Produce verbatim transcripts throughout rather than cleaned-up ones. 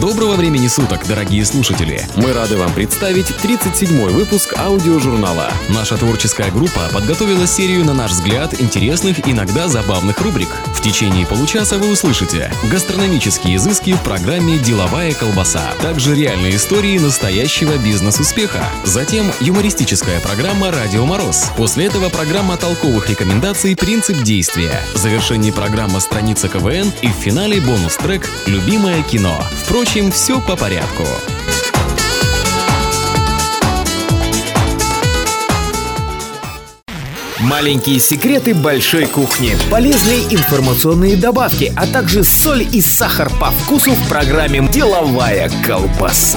Доброго времени суток, дорогие слушатели! Мы рады вам представить тридцать седьмой выпуск аудиожурнала. Наша творческая группа подготовила серию, на наш взгляд, интересных, иногда забавных рубрик. В течение получаса вы услышите гастрономические изыски в программе «Деловая колбаса», также реальные истории настоящего бизнес-успеха. Затем юмористическая программа «Радио Мороз». После этого программа толковых рекомендаций «Принцип действия». В завершении программа «Страница КВН» и в финале бонус-трек «Любимое кино». Впрочем, все по порядку. Маленькие секреты большой кухни, полезные информационные добавки, а также соль и сахар по вкусу в программе «Деловая колбаса».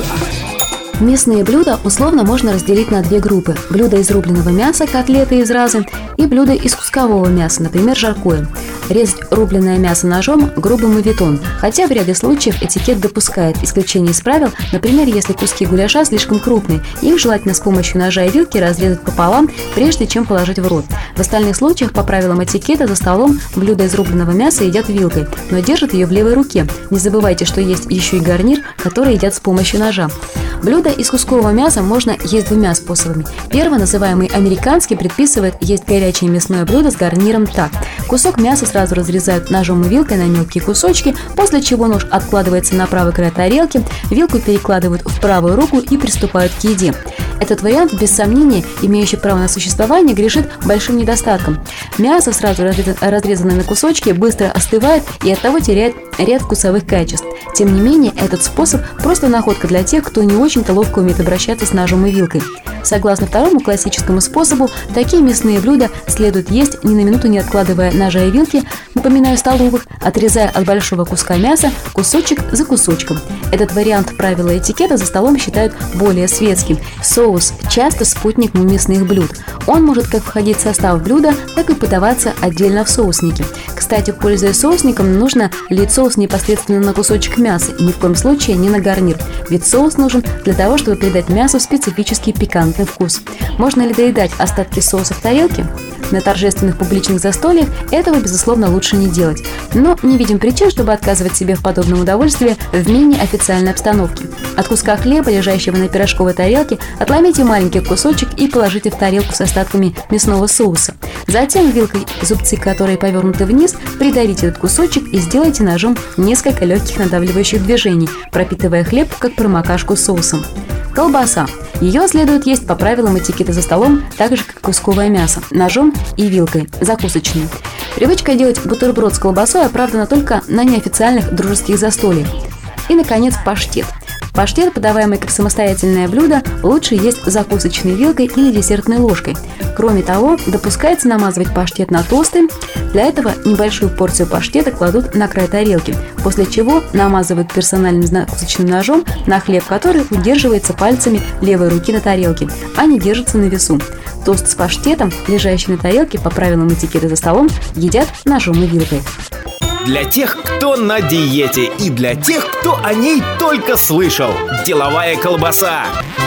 Мясные блюда условно можно разделить на две группы. Блюда из рубленого мяса, котлеты из разы, и блюда из кускового мяса, например, жаркое. Резать рубленое мясо ножом – грубый моветон, хотя в ряде случаев этикет допускает исключение из правил, например, если куски гуляша слишком крупные, их желательно с помощью ножа и вилки разрезать пополам, прежде чем положить в рот. В остальных случаях, по правилам этикета, за столом блюдо из рубленого мяса едят вилкой, но держат ее в левой руке. Не забывайте, что есть еще и гарнир, который едят с помощью ножа. Блюдо из кускового мяса можно есть двумя способами. Первый, называемый американский, предписывает есть горячее мясное блюдо с гарниром так. Кусок мяса сразу разрезают ножом и вилкой на мелкие кусочки, после чего нож откладывается на правый край тарелки, вилку перекладывают в правую руку и приступают к еде. Этот вариант, без сомнения, имеющий право на существование, грешит большим недостатком. Мясо, сразу разрезанное на кусочки, быстро остывает и оттого теряет ряд вкусовых качеств. Тем не менее, этот способ просто находка для тех, кто не очень-то ловко умеет обращаться с ножом и вилкой. Согласно второму классическому способу, такие мясные блюда следует есть, ни на минуту не откладывая ножа и вилки, напоминаю, столовых, отрезая от большого куска мяса кусочек за кусочком. Этот вариант правила этикета за столом считают более светским. Соус – часто спутник мясных блюд. Он может как входить в состав блюда, так и подаваться отдельно в соуснике. Кстати, пользуясь соусником, нужно лить соус непосредственно на кусочек мяса и ни в коем случае не на гарнир, ведь соус нужен для того, чтобы придать мясу специфический пикантный вкус. Можно ли доедать остатки соуса в тарелке? На торжественных публичных застольях этого, безусловно, лучше не делать. Но не видим причин, чтобы отказывать себе в подобном удовольствии в менее официальной обстановке. От куска хлеба, лежащего на пирожковой тарелке, отломите маленький кусочек и положите в тарелку с остатками мясного соуса. Затем вилкой, зубцы которые повернуты вниз, придавите этот кусочек и сделайте ножом несколько легких надавливающих движений, пропитывая хлеб как промокашку соусом. Колбаса. Ее следует есть по правилам этикета за столом, так же, как кусковое мясо, ножом и вилкой, закусочной. Привычка делать бутерброд с колбасой оправдана только на неофициальных дружеских застольях. И, наконец, паштет. Паштет, подаваемый как самостоятельное блюдо, лучше есть закусочной вилкой или десертной ложкой. Кроме того, допускается намазывать паштет на тосты. Для этого небольшую порцию паштета кладут на край тарелки, после чего намазывают персональным закусочным ножом на хлеб, который удерживается пальцами левой руки на тарелке, а не держится на весу. Тост с паштетом, лежащий на тарелке по правилам этикета за столом, едят ножом и вилкой. Для тех, кто на диете, и для тех, кто о ней только слышал. Деловая колбаса.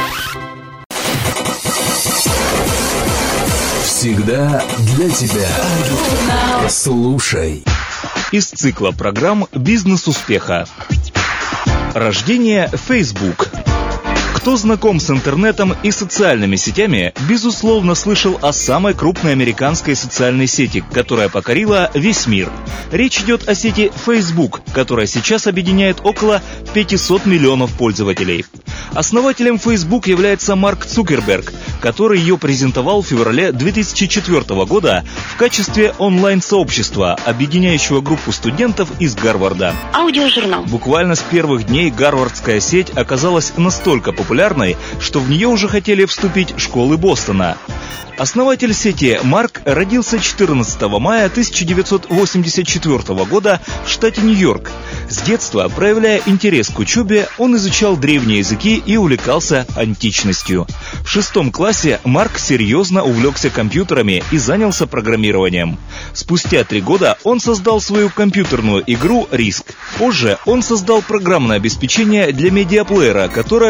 Всегда для тебя. Слушай. Из цикла программ «Бизнес успеха». Рождение Facebook. Кто знаком с интернетом и социальными сетями, безусловно, слышал о самой крупной американской социальной сети, которая покорила весь мир. Речь идет о сети Facebook, которая сейчас объединяет около пятьсот миллионов пользователей. Основателем Facebook является Марк Цукерберг, который ее презентовал в феврале две тысячи четвёртого года в качестве онлайн-сообщества, объединяющего группу студентов из Гарварда. Аудиожурнал. Буквально с первых дней гарвардская сеть оказалась настолько популярной, что в нее уже хотели вступить школы Бостона. Основатель сети Марк родился четырнадцатого мая тысяча девятьсот восемьдесят четвёртого года в штате Нью-Йорк. С детства, проявляя интерес к учебе, он изучал древние языки и увлекался античностью. В шестом классе Марк серьезно увлекся компьютерами и занялся программированием. Спустя три года он создал свою компьютерную игру «Риск». Позже он создал программное обеспечение для медиаплеера, которое помогало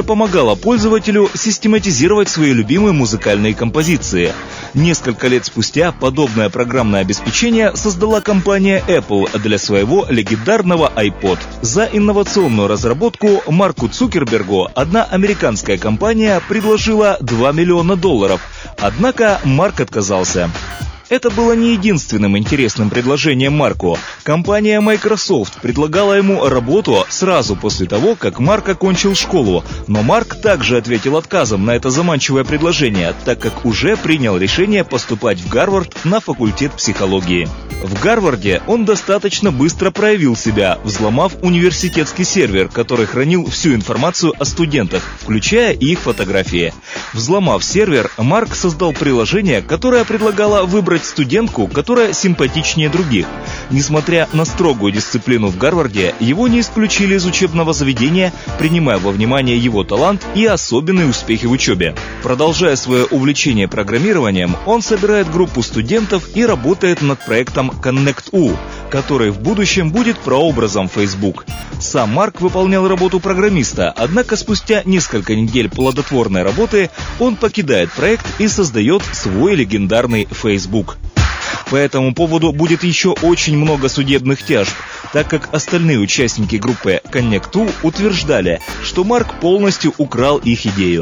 позволяла пользователю систематизировать свои любимые музыкальные композиции. Несколько лет спустя подобное программное обеспечение создала компания Apple для своего легендарного iPod. За инновационную разработку Марку Цукербергу одна американская компания предложила два миллиона долларов, однако Марк отказался. Это было не единственным интересным предложением Марку. Компания Microsoft предлагала ему работу сразу после того, как Марк окончил школу, но Марк также ответил отказом на это заманчивое предложение, так как уже принял решение поступать в Гарвард на факультет психологии. В Гарварде он достаточно быстро проявил себя, взломав университетский сервер, который хранил всю информацию о студентах, включая и их фотографии. Взломав сервер, Марк создал приложение, которое предлагало выбрать студентку, которая симпатичнее других. Несмотря на строгую дисциплину в Гарварде, его не исключили из учебного заведения, принимая во внимание его талант и особенные успехи в учебе. Продолжая свое увлечение программированием, он собирает группу студентов и работает над проектом Connect.U, который в будущем будет прообразом Facebook. Сам Марк выполнял работу программиста, однако спустя несколько недель плодотворной работы он покидает проект и создает свой легендарный Facebook. По этому поводу будет еще очень много судебных тяжб, так как остальные участники группы Connect.U утверждали, что Марк полностью украл их идею.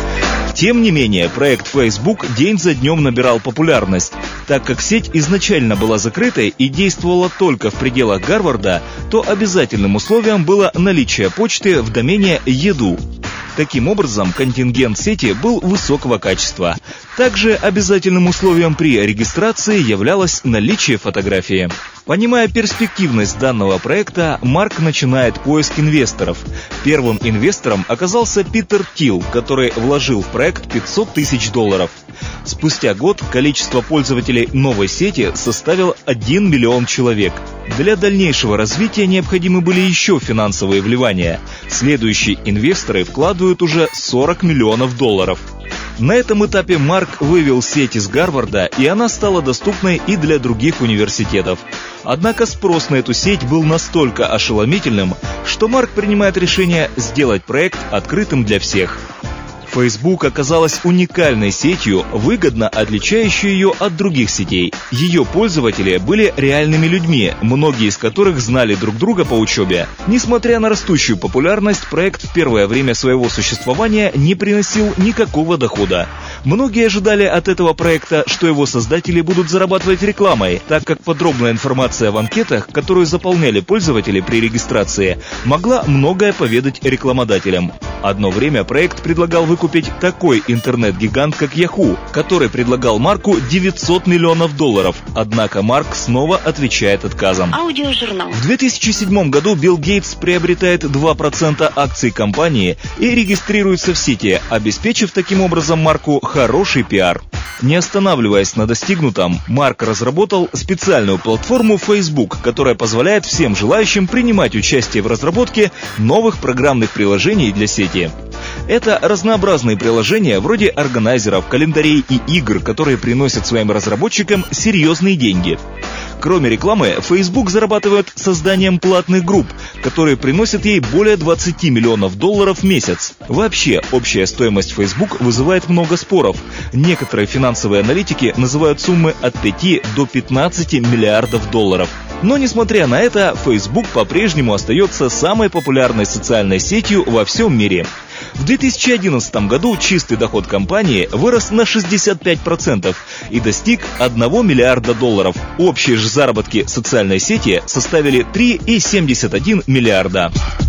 Тем не менее, проект Facebook день за днем набирал популярность. Так как сеть изначально была закрытой и действовала только в пределах Гарварда, то обязательным условием было наличие почты в домене edu. Таким образом, контингент сети был высокого качества. Также обязательным условием при регистрации являлось наличие фотографии. Понимая перспективность данного проекта, Марк начинает поиск инвесторов. Первым инвестором оказался Питер Тилл, который вложил в проект пятьсот тысяч долларов. Спустя год количество пользователей новой сети составило один миллион человек. Для дальнейшего развития необходимы были еще финансовые вливания. Следующие инвесторы вкладывают уже сорок миллионов долларов. На этом этапе Марк вывел сеть из Гарварда, и она стала доступной и для других университетов. Однако спрос на эту сеть был настолько ошеломительным, что Марк принимает решение сделать проект открытым для всех. Facebook оказалась уникальной сетью, выгодно отличающей ее от других сетей. Ее пользователи были реальными людьми, многие из которых знали друг друга по учебе. Несмотря на растущую популярность, проект в первое время своего существования не приносил никакого дохода. Многие ожидали от этого проекта, что его создатели будут зарабатывать рекламой, так как подробная информация в анкетах, которую заполняли пользователи при регистрации, могла многое поведать рекламодателям. Одно время проект предлагал выкупить такой интернет-гигант, как Yahoo, который предлагал Марку девятьсот миллионов долларов, однако Марк снова отвечает отказом. Аудиожурнал. В две тысячи седьмом году Билл Гейтс приобретает два процента акций компании и регистрируется в сети, обеспечив таким образом Марку хороший пиар. Не останавливаясь на достигнутом, Марк разработал специальную платформу Facebook, которая позволяет всем желающим принимать участие в разработке новых программных приложений для сети. Это разнообразные приложения вроде органайзеров, календарей и игр, которые приносят своим разработчикам серьезные деньги. Кроме рекламы, Facebook зарабатывает созданием платных групп, которые приносят ей более двадцати миллионов долларов в месяц. Вообще, общая стоимость Facebook вызывает много споров. Некоторые финансовые аналитики называют суммы от пяти до пятнадцати миллиардов долларов. Но несмотря на это, Facebook по-прежнему остается самой популярной социальной сетью во всем мире. В две тысячи одиннадцатом году чистый доход компании вырос на шестьдесят пять процентов и достиг одного миллиарда долларов. Общие же заработки социальной сети составили три целых семьдесят один сотых миллиарда.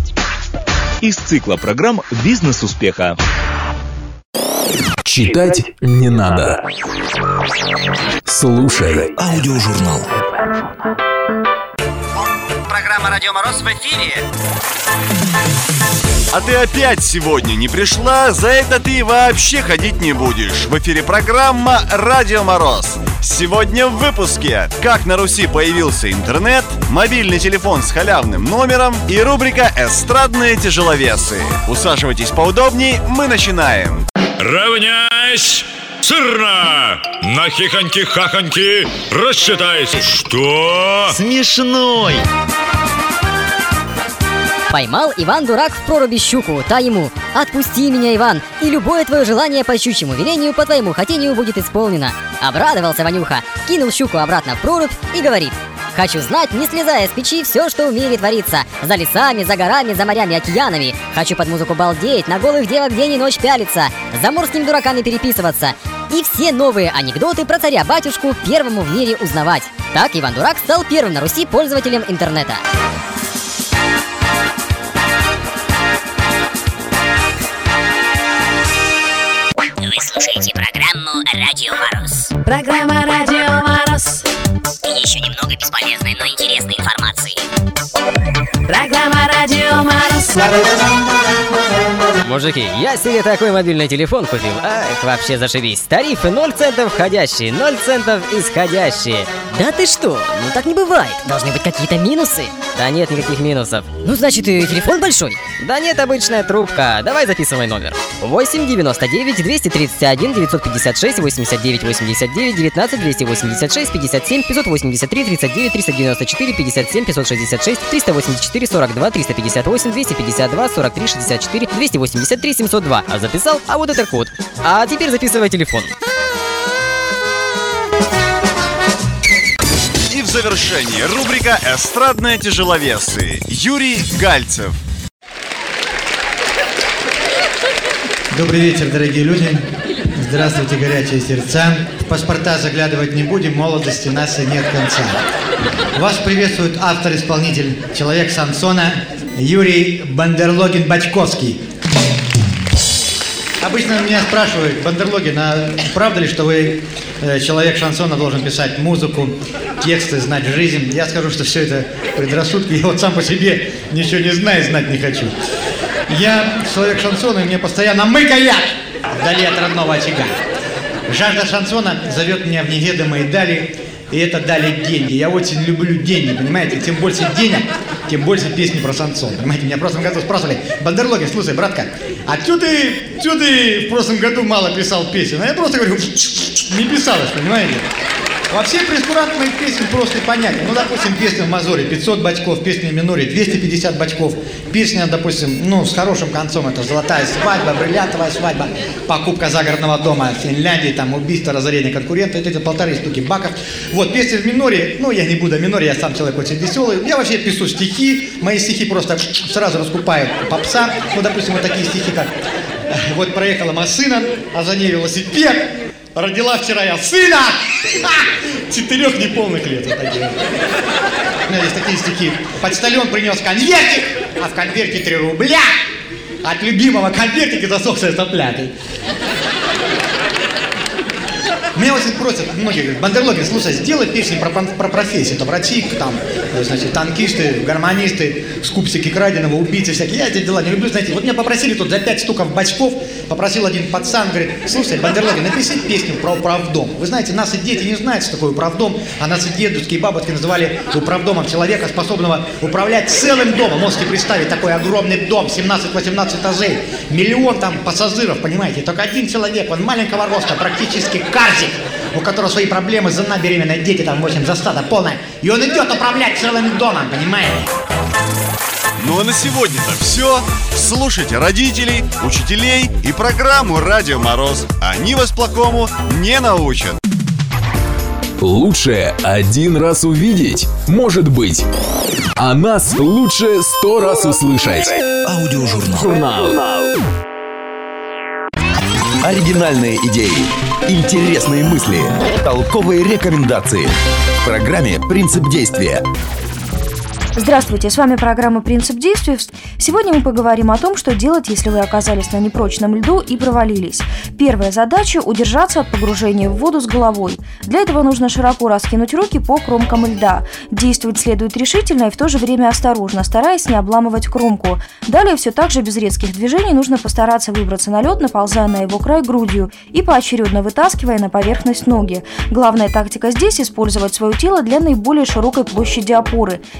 Из цикла программ «Бизнес успеха». Читать не надо. Слушай аудиожурнал. Программа «Радио Мороз» в эфире. А ты опять сегодня не пришла? За это ты вообще ходить не будешь. В эфире программа «Радио Мороз». Сегодня в выпуске: как на Руси появился интернет, мобильный телефон с халявным номером и рубрика «Эстрадные тяжеловесы». Усаживайтесь поудобней, мы начинаем. Равняйсь! Сырно! На хихоньки-хахоньки рассчитайся. Что? Смешной! Поймал Иван-дурак в проруби щуку, та ему: «Отпусти меня, Иван, и любое твое желание по щучьему велению по твоему хотению будет исполнено». Обрадовался Ванюха, кинул щуку обратно в прорубь и говорит: «Хочу знать, не слезая с печи, все, что в мире творится. За лесами, за горами, за морями, океанами. Хочу под музыку балдеть, на голых девок день и ночь пялиться, с заморскими дураками переписываться и все новые анекдоты про царя-батюшку первому в мире узнавать». Так Иван-дурак стал первым на Руси пользователем интернета. Вы слушаете программу «Радио Мороз». Программа «Радио Мороз». И еще немного бесполезной, но интересной информации. Программа «Радио Мороз». Мужики, я себе такой мобильный телефон купил. Ах, вообще зашибись. Тарифы ноль центов входящие, ноль центов исходящие. Да ты что? Ну так не бывает. Должны быть какие-то минусы. Да нет никаких минусов. Ну значит, и телефон большой? Да нет, обычная трубка. Давай записывай номер. восемь девяносто девять двести тридцать один девятьсот пятьдесят шесть восемьдесят девять восемьдесят девять девятнадцать двести восемьдесят шесть пятьдесят семь пятьсот восемьдесят три тридцать девять триста девяносто четыре пятьдесят семь пятьсот шестьдесят шесть триста восемьдесят четыре сорок два триста пятьдесят восемь двести пятьдесят два сорок три шестьдесят четыре двести восемьдесят три семьсот два. А записал? А вот это код. А теперь записывай телефон. И в завершении рубрика «Эстрадные тяжеловесы». Юрий Гальцев. Добрый вечер, дорогие люди. Здравствуйте, горячие сердца. В паспорта заглядывать не будем, молодости нас и нет конца. Вас приветствует автор-исполнитель, человек шансона Юрий Бандерлогин-Бочковский. Обычно меня спрашивают: Бандерлогин, а правда ли, что вы, э, человек шансона, должен писать музыку, тексты, знать жизнь? Я скажу, что все это предрассудки. Я вот сам по себе ничего не знаю, знать не хочу. Я человек шансона, и мне постоянно мыкают вдали от родного очага. Жажда шансона зовет меня в неведомые дали, и это дали деньги. Я очень люблю деньги, понимаете? Тем больше денег, тем больше песни про шансон. Понимаете, меня в прошлом году спрашивали: Бандерлогин, слушай, братка, а чё ты, чё ты в прошлом году мало писал песен? А я просто говорю: не писалось, понимаете? Вообще прескурант моих песен просто понятен. Ну, допустим, песня в мажоре пятьсот бочков, песня в миноре двести пятьдесят бочков. Песня, допустим, ну, с хорошим концом — это «Золотая свадьба», «Бриллиантовая свадьба», «Покупка загородного дома в Финляндии», там, «Убийство, разорение конкурента», это, это полторы штуки баков. Вот, песня в миноре, ну, я не буду о миноре, я сам человек очень веселый. Я вообще пишу стихи, мои стихи просто сразу раскупает попса. Ну, допустим, вот такие стихи, как: вот проехала машина, а за ней велосипед. Родила вчера я сына! Четырех неполных лет. Вот такие. У меня есть такие стихи. Почтальон принес конвертик, а в конверте три рубля. От любимого конвертика засохшая сопля. Меня очень просят, многие говорят: Бандерлогин, слушай, сделай песни про, про профессии. Это врачи, там, значит, танкисты, гармонисты, скупщики краденого, убийцы всякие. Я эти дела не люблю, знаете. Вот меня попросили тут за пять штуков бочков, попросил один пацан, говорит: слушай, Бандерлогин, напиши песню про управдом. Вы знаете, нас и дети не знают, что такое управдом, а нас и дедушки и бабушки называли управдомом человека, способного управлять целым домом. Можете представить такой огромный дом, семнадцать-восемнадцать этажей, миллион там пассажиров, понимаете? Только один человек, он маленького роста, практически карзик, у которого свои проблемы, жена беременная, дети там, в общем, застада полная. И он идет управлять целым домом, понимаете? Ну а на сегодня-то все. Слушайте родителей, учителей и программу «Радио Мороз». Они вас плохому не научат. Лучше один раз увидеть, может быть. А нас лучше сто раз услышать. Аудиожурнал. Журнал. Оригинальные идеи, интересные мысли, толковые рекомендации. В программе «Принцип действия». Здравствуйте, с вами программа «Принцип действия». Сегодня мы поговорим о том, что делать, если вы оказались на непрочном льду и провалились. Первая задача – удержаться от погружения в воду с головой. Для этого нужно широко раскинуть руки по кромкам льда. Действовать следует решительно и в то же время осторожно, стараясь не обламывать кромку. Далее все так же без резких движений нужно постараться выбраться на лед, наползая на его край грудью и поочередно вытаскивая на поверхность ноги. Главная тактика здесь – использовать свое тело для наиболее широкой площади опоры. Если вы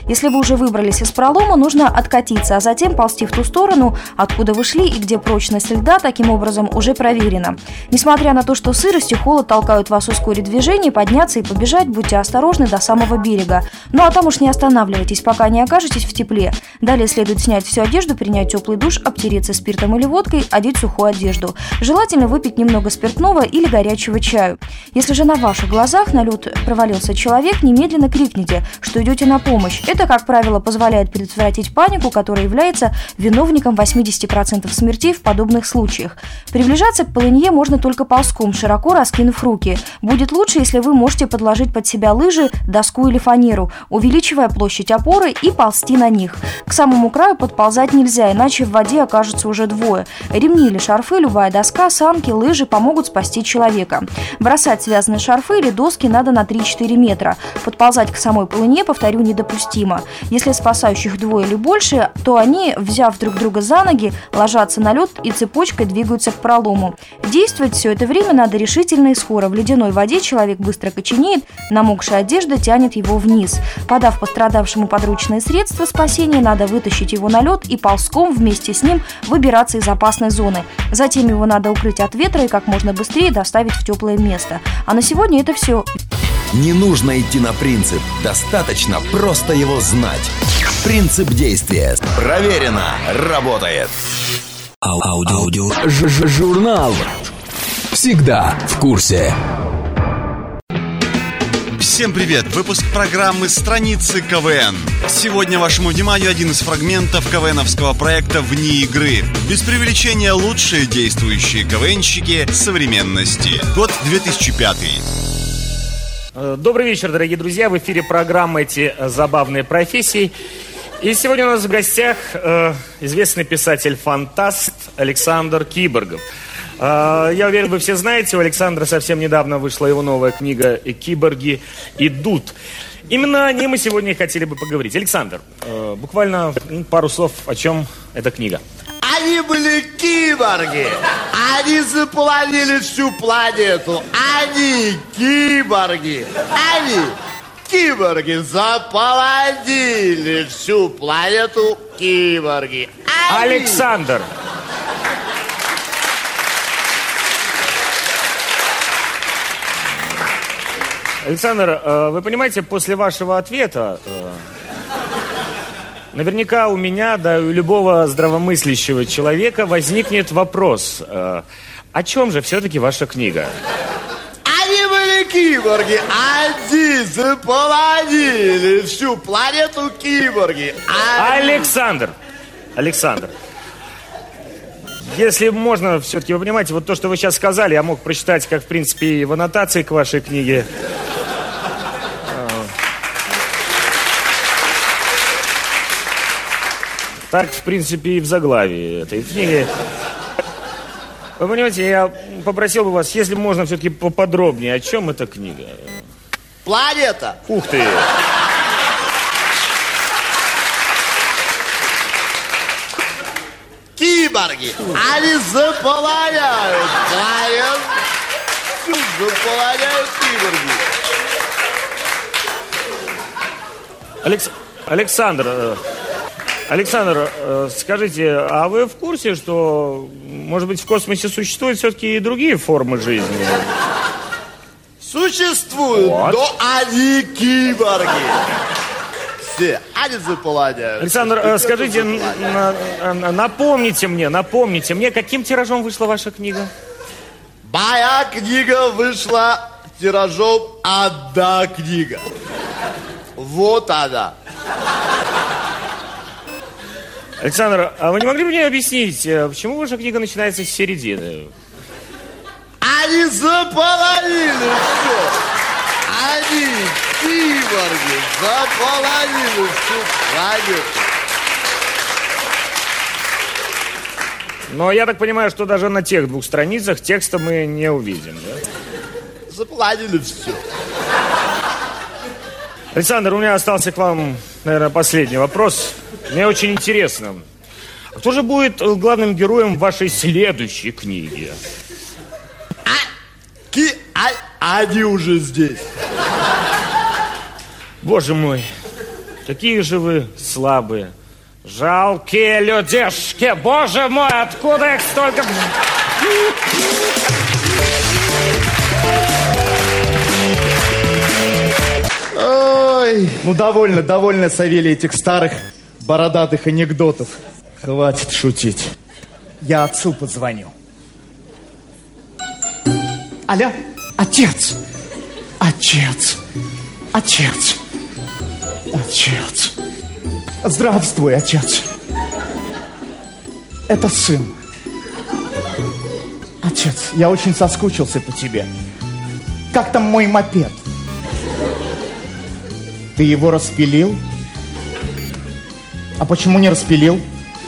уже выбрались из пролома, нужно откатиться, а затем ползти в ту сторону, откуда вы шли и где прочность льда таким образом уже проверена. Несмотря на то, что сырость и холод толкают вас ускорить движение, подняться и побежать, будьте осторожны до самого берега. Ну а там уж не останавливайтесь, пока не окажетесь в тепле. Далее следует снять всю одежду, принять теплый душ, обтереться спиртом или водкой, одеть сухую одежду. Желательно выпить немного спиртного или горячего чаю. Если же на ваших глазах на лед провалился человек, немедленно крикните, что идете на помощь. Это, как правило, позволяет предотвратить панику, которая является виновником восемьдесят процентов смертей в подобных случаях. Приближаться к полынье можно только ползком, широко раскинув руки. Будет лучше, если вы можете подложить под себя лыжи, доску или фанеру, увеличивая площадь опоры и ползти на них. К самому краю подползать нельзя, иначе в воде окажется уже двое. Ремни или шарфы, любая доска, санки, лыжи помогут спасти человека. Бросать связанные шарфы или доски надо на три-четыре метра. Подползать к самой полыне, повторю, недопустимо. Если спасающих двое или больше, то они, взяв друг друга за ноги, ложатся на лед и цепочкой двигаются к пролому. Действовать все это время надо решительно и скоро. В ледяной воде человек быстро коченеет, намокшая одежда тянет его вниз. Подав пострадавшему подручные средства спасения, надо вытащить его на лед и ползком вместе с ним выбираться из опасной зоны. Затем его надо укрыть от ветра и как можно быстрее доставить в теплое место. А на сегодня это все. Не нужно идти на принцип, достаточно просто его знать. Принцип действия. Проверено. Работает. Аудио. Аудио. Журнал. Всегда в курсе. Всем привет! Выпуск программы «Страницы КВН». Сегодня вашему вниманию один из фрагментов КВНовского проекта «Вне игры». Без преувеличения лучшие действующие КВНщики современности. Год две тысячи пятый. Добрый вечер, дорогие друзья. В эфире программа «Эти забавные профессии». И сегодня у нас в гостях э, известный писатель-фантаст Александр Киборгов. Э, я уверен, вы все знаете, у Александра совсем недавно вышла его новая книга «Киборги идут». Именно о ней мы сегодня хотели бы поговорить. Александр, э, буквально пару слов, о чем эта книга. Они были киборги. Они заполонили всю планету. Они киборги. Они киборги заполонили всю планету. Киборги. Они... Александр. Александр, вы понимаете, после вашего ответа наверняка у меня, да и у любого здравомыслящего человека возникнет вопрос, о чем же все-таки ваша книга? Они были киборги, они заполонили всю планету. Киборги. Они... Александр, Александр, если можно, все-таки, вы понимаете, вот то, что вы сейчас сказали, я мог прочитать, как, в принципе, и в аннотации к вашей книге. Так, в принципе, и в заглавии этой книги. Вы понимаете, я попросил бы вас, если можно, все-таки поподробнее, о чем эта книга? Планета. Ух ты! Киборги. Они заполоняют планету. Заполоняют киборги. Алекс... Александр... Александр, скажите, а вы в курсе, что, может быть, в космосе существуют все-таки и другие формы жизни? Существуют, вот. Но они киборги. Все, они заполоняют. Александр, скажите, на, на, напомните мне, напомните мне, каким тиражом вышла ваша книга? Моя книга вышла тиражом «Одна книга». Вот она. Александр, а вы не могли бы мне объяснить, почему ваша книга начинается с середины? Они заполонили все. Они, киборги, заполонили всю планету. Но я так понимаю, что даже на тех двух страницах текста мы не увидим, да? Заполонили все. Александр, у меня остался к вам, наверное, последний вопрос. Мне очень интересно, кто же будет главным героем вашей следующей книги? А, ки, а, они уже здесь. Боже мой. Какие же вы слабые. Жалкие людишки. Боже мой, откуда их столько... Ой, ну довольно, довольно, Савелий, этих старых бородатых анекдотов. Хватит шутить. Я отцу позвоню. Алло, отец, отец, отец, отец. Здравствуй, отец. Это сын. Отец, я очень соскучился по тебе. Как там мой мопед? Ты его распилил? А почему не распилил?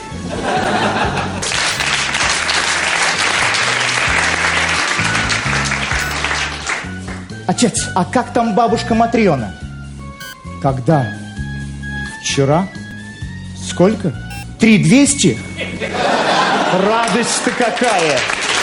Отец, а как там бабушка Матрена? Когда? Вчера? Сколько? Три двести? Радость-то какая!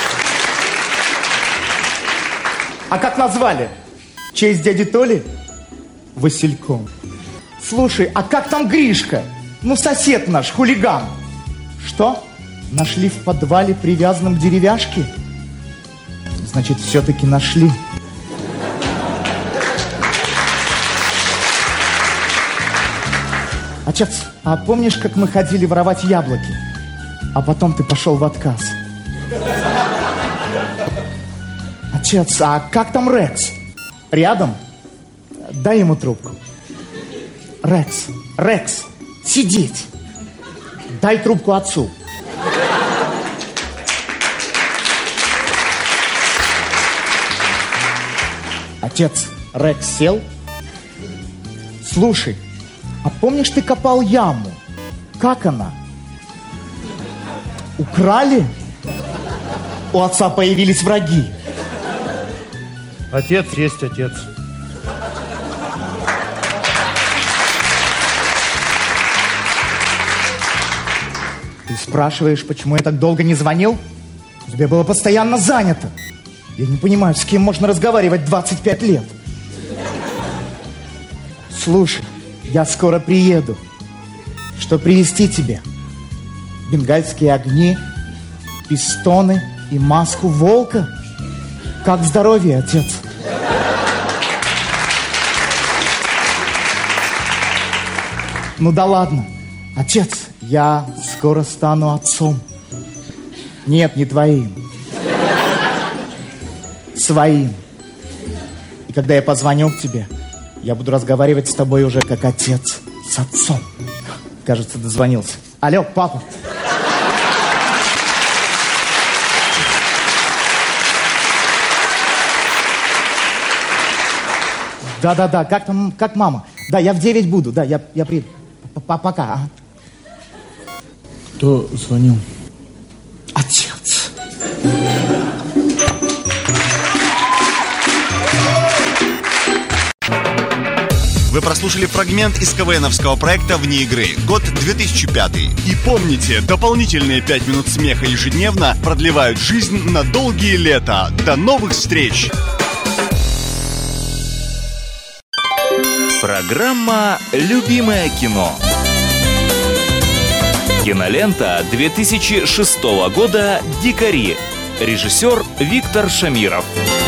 А как назвали? В честь дяди Толи? Васильком. Слушай, а как там Гришка? Ну, сосед наш, хулиган. Что? Нашли в подвале привязанном к деревяшке? Значит, все-таки нашли. Отец, а помнишь, как мы ходили воровать яблоки? А потом ты пошел в отказ. Отец, а как там Рекс? Рядом? Дай ему трубку. Рекс, Рекс, сидеть. Дай трубку отцу. Отец, Рекс сел. Слушай, а помнишь, ты копал яму? Как она? Украли? У отца появились враги. Отец есть отец. Ты спрашиваешь, почему я так долго не звонил? Тебе было постоянно занято. Я не понимаю, с кем можно разговаривать двадцать пять лет. Слушай, я скоро приеду. Что привезти тебе? Бенгальские огни, пистоны и маску волка? Как здоровье, отец? Ну да ладно. Отец, я скоро стану отцом. Нет, не твоим. Своим. И когда я позвоню к тебе, я буду разговаривать с тобой уже как отец с отцом. Кажется, дозвонился. Алло, папа. Да-да-да, как там, как мама? Да, я в девять буду, да, я, я приеду. Пока, а? Кто звонил? Отец. Вы прослушали фрагмент из КВНовского проекта «Вне игры», год две тысячи пятый. И помните, дополнительные пять минут смеха ежедневно продлевают жизнь на долгие лета. До новых встреч! Программа «Любимое кино». Кинолента две тысячи шестого года «Дикари». Режиссер Виктор Шамиров.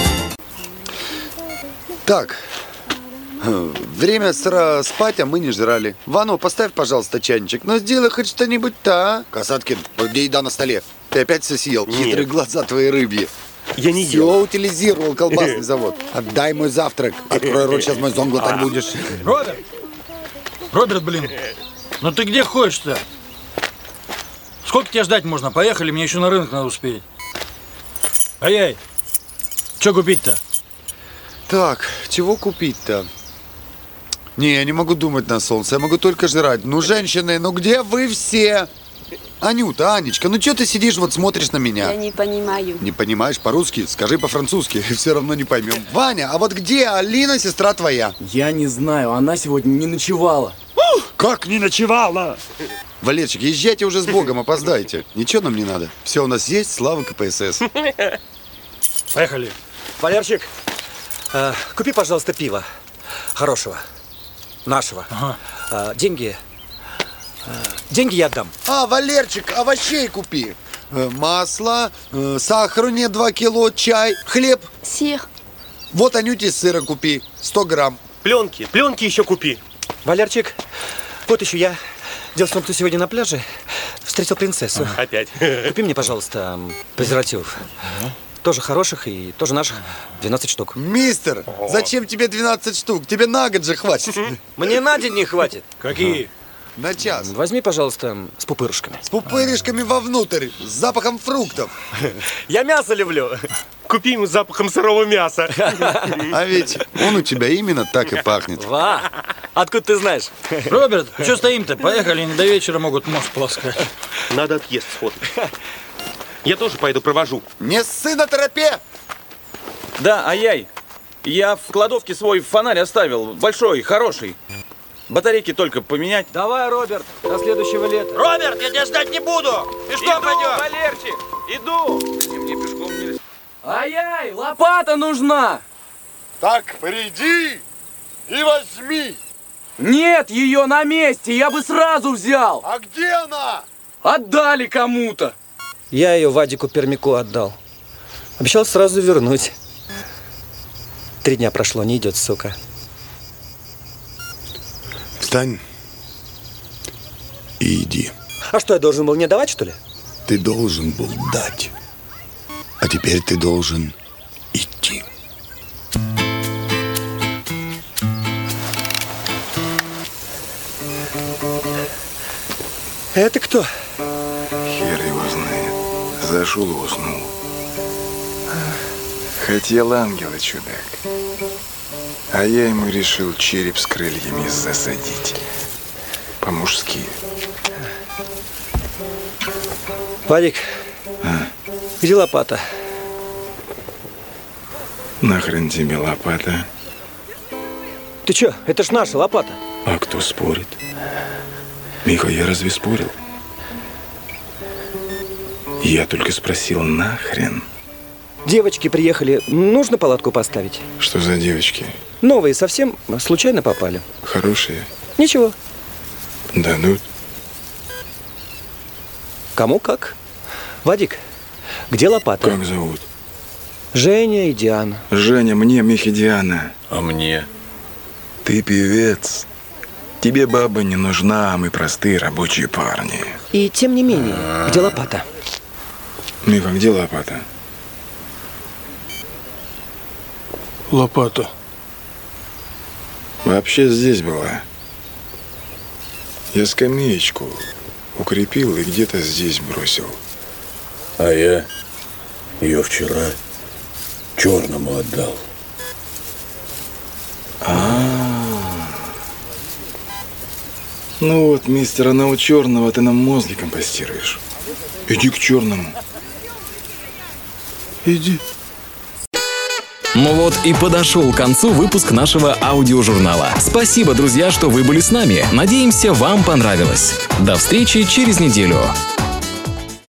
Так, время спать, а мы не жрали. Вану, поставь, пожалуйста, чайничек, но сделай хоть что-нибудь-то, а? Касаткин, где еда на столе? Ты опять все съел? Нет. Хитрые глаза твои рыбьи. Я не Все ел. Утилизировал колбасный завод. Отдай мой завтрак. Открой рот, сейчас мой зон глотать будешь. Роберт! Роберт, блин, ну ты где ходишь-то? Сколько тебя ждать можно? Поехали, мне еще на рынок надо успеть. Ай-яй, что купить-то? Так, чего купить-то? Не, я не могу думать на солнце, я могу только жрать. Ну, женщины, ну где вы все? Анюта, Анечка, ну что ты сидишь, вот смотришь на меня? Я не понимаю. Не понимаешь по-русски? Скажи по-французски, все равно не поймем. Ваня, а вот где Алина, сестра твоя? Я не знаю, она сегодня не ночевала. Как не ночевала? Валерчик, езжайте уже с Богом, опоздайте. Ничего нам не надо. Все у нас есть, слава КПСС. Поехали. Валерчик, э, купи, пожалуйста, пиво. Хорошего. Нашего. Ага. А, деньги... А, деньги я отдам. А, Валерчик, овощей купи. Э, масло, э, сахару нет два кило, чай, хлеб. Сыр. Вот Анюте сыра купи, сто грамм. Пленки, пленки еще купи. Валерчик, вот еще я. Дело в том, что сегодня на пляже встретил принцессу. Опять. Купи мне, пожалуйста, презервативов. Тоже хороших и тоже наших. двенадцать штук. Мистер, зачем тебе двенадцать штук? Тебе на год же хватит. Мне на день не хватит. Какие? На час. Возьми, пожалуйста, с пупырышками. С пупырышками вовнутрь, с запахом фруктов. Я мясо люблю. Купи ему с запахом сырого мяса. А ведь он у тебя именно так и пахнет. Ва! Откуда ты знаешь? Роберт, что стоим-то? Поехали, не до вечера могут мозг полоскать. Надо отъезд сфоткать. Я тоже пойду провожу. Не ссы на тропе! Да, ай-яй. Я в кладовке свой фонарь оставил. Большой, хороший. Батарейки только поменять. Давай, Роберт, до следующего лета. Роберт, я тебя ждать не буду. Пешком пойдем. Валерчик, иду. Мне пешком нельзя. Ай-яй, лопата нужна. Так, приди и возьми. Нет, ее на месте, я бы сразу взял. А где она? Отдали кому-то. Я ее Вадику Пермяку отдал. Обещал сразу вернуть. Три дня прошло, не идет, сука. Встань и иди. А что, я должен был не давать, что ли? Ты должен был дать. А теперь ты должен идти. Это кто? Хер его знает. Зашел и уснул. Хотел ангела, чудак. А я ему решил череп с крыльями засадить. По-мужски. Вадик, а? Где лопата? Нахрен тебе лопата? Ты чё? Это ж наша лопата. А кто спорит? Миха, я разве спорил? Я только спросил, нахрен? Девочки приехали. Нужно палатку поставить? Что за девочки? Новые, совсем случайно попали. Хорошие? Ничего. Дадут? Кому как. Вадик, где лопата? Как зовут? Женя и Диана. Женя, мне, Михе, Диана. А мне? Ты певец. Тебе баба не нужна, а мы простые рабочие парни. И тем не менее, где лопата? Миха, где лопата? Лопата. Вообще здесь была. Я скамеечку укрепил и где-то здесь бросил. А я ее вчера черному отдал. А-а-а. Ну вот, мистер, она у черного, ты нам мозги компостируешь. Иди к черному. Иди. Ну вот и подошел к концу выпуск нашего аудиожурнала. Спасибо, друзья, что вы были с нами. Надеемся, вам понравилось. До встречи через неделю.